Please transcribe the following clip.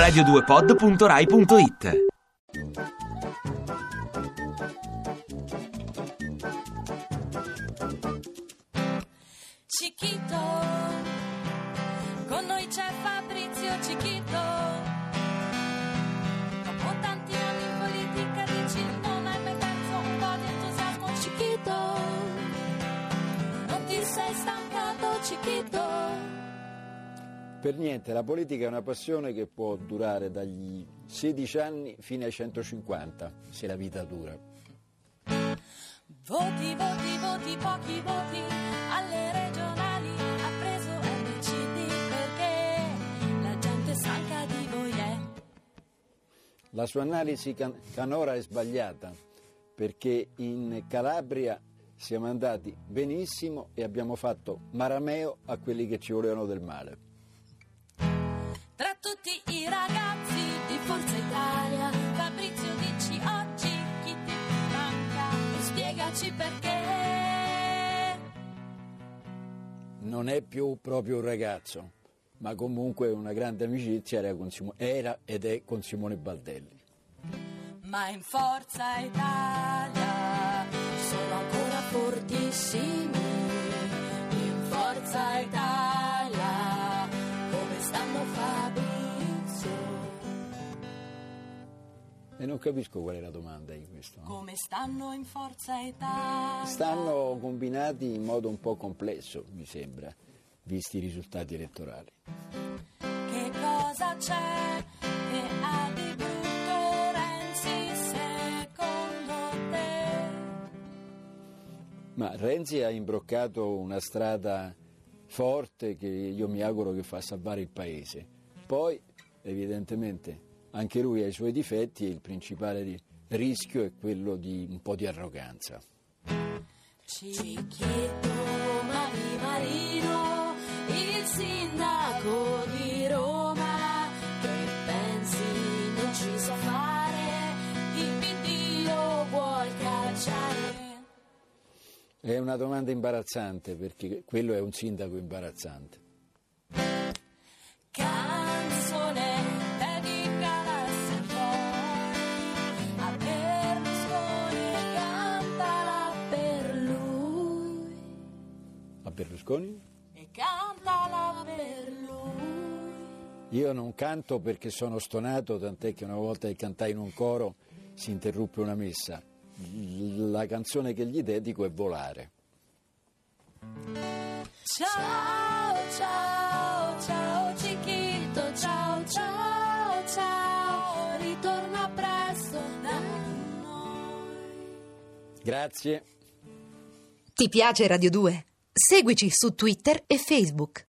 radio2pod.rai.it. Chiquito, con noi c'è Fabrizio Chiquito. Dopo tanti anni in politica dici non hai mai perso un po' di entusiasmo, Chiquito. Non ti sei stancato, Chiquito? Per niente, la politica è una passione che può durare dagli 16 anni fino ai 150, se la vita dura. Voti, voti, voti, pochi voti alle regionali, ha preso MCD perché la gente stanca di voi è. La sua analisi canora è sbagliata, perché in Calabria siamo andati benissimo e abbiamo fatto marameo a quelli che ci volevano del male. Tra tutti i ragazzi di Forza Italia, Fabrizio dici oggi chi ti manca e spiegaci perché. Non è più proprio un ragazzo, ma comunque una grande amicizia era ed è con Simone Baldelli. Ma in Forza Italia sono ancora fortissimi. In Forza Italia come stanno Fabrizio? E non capisco qual è la domanda in questo. Come stanno in Forza Italia? Stanno combinati in modo un po' complesso, mi sembra, visti i risultati elettorali. Che cosa c'è che ha di brutto Renzi secondo te? Ma Renzi ha imbroccato una strada forte che io mi auguro che fa salvare il paese. Poi, evidentemente, anche lui ha i suoi difetti e il principale rischio è quello di un po' di arroganza. Chiquito Mari Marino, il sindaco di Roma, che pensi non ci sa fare, il PD lo vuol cacciare. È una domanda imbarazzante, perché quello è un sindaco imbarazzante. Canzone dedicala se vuoi a Berlusconi, cantala per lui. A Berlusconi? E cantala per lui. Io non canto perché sono stonato, tant'è che una volta che cantai in un coro si interruppe una messa. La canzone che gli dedico è Volare. Ciao, ciao, ciao Chiquito, ciao, ciao, ciao, ritorna presto da noi. Grazie. Ti piace Radio 2? Seguici su Twitter e Facebook.